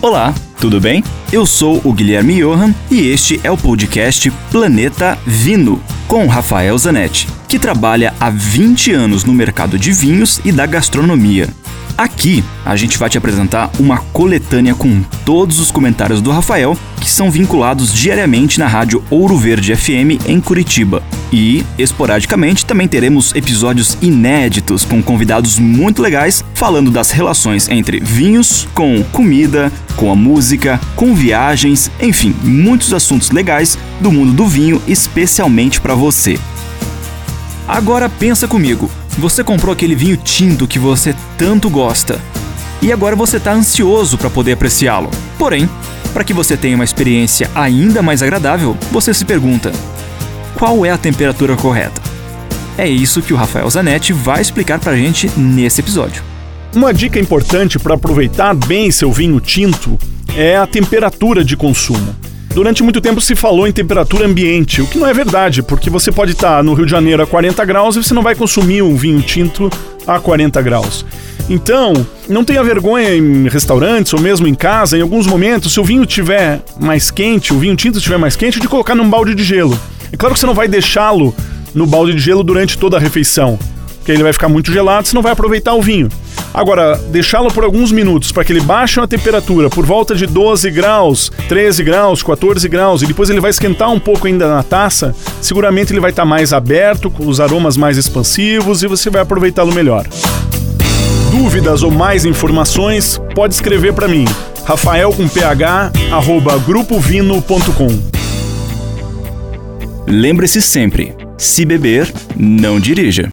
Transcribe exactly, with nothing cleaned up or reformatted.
Olá, tudo bem? Eu sou o Guilherme Johan e este é o podcast Planeta Vino, com Rafael Zanetti, que trabalha há vinte anos no mercado de vinhos e da gastronomia. Aqui, a gente vai te apresentar uma coletânea com todos os comentários do Rafael, que são vinculados diariamente na rádio Ouro Verde F M em Curitiba. E, esporadicamente, também teremos episódios inéditos com convidados muito legais, falando das relações entre vinhos, com comida, com a música, com viagens, enfim, muitos assuntos legais do mundo do vinho, especialmente para você. Agora pensa comigo. Você comprou aquele vinho tinto que você tanto gosta e agora você está ansioso para poder apreciá-lo. Porém, para que você tenha uma experiência ainda mais agradável, você se pergunta: qual é a temperatura correta? É isso que o Rafael Zanetti vai explicar para a gente nesse episódio. Uma dica importante para aproveitar bem seu vinho tinto é a temperatura de consumo. Durante muito tempo se falou em temperatura ambiente, o que não é verdade, porque você pode estar no Rio de Janeiro a quarenta graus e você não vai consumir um vinho tinto a quarenta graus. Então, não tenha vergonha em restaurantes ou mesmo em casa, em alguns momentos, se o vinho estiver mais quente, o vinho tinto estiver mais quente, de colocar num balde de gelo. É claro que você não vai deixá-lo no balde de gelo durante toda a refeição, porque ele vai ficar muito gelado, você não vai aproveitar o vinho. Agora, deixá-lo por alguns minutos para que ele baixe a temperatura por volta de doze graus, treze graus, quatorze graus, e depois ele vai esquentar um pouco ainda na taça, seguramente ele vai estar mais aberto, com os aromas mais expansivos e você vai aproveitá-lo melhor. Dúvidas ou mais informações, pode escrever para mim, rafael com ph, arroba grupovino ponto com. Lembre-se sempre, se beber, não dirija.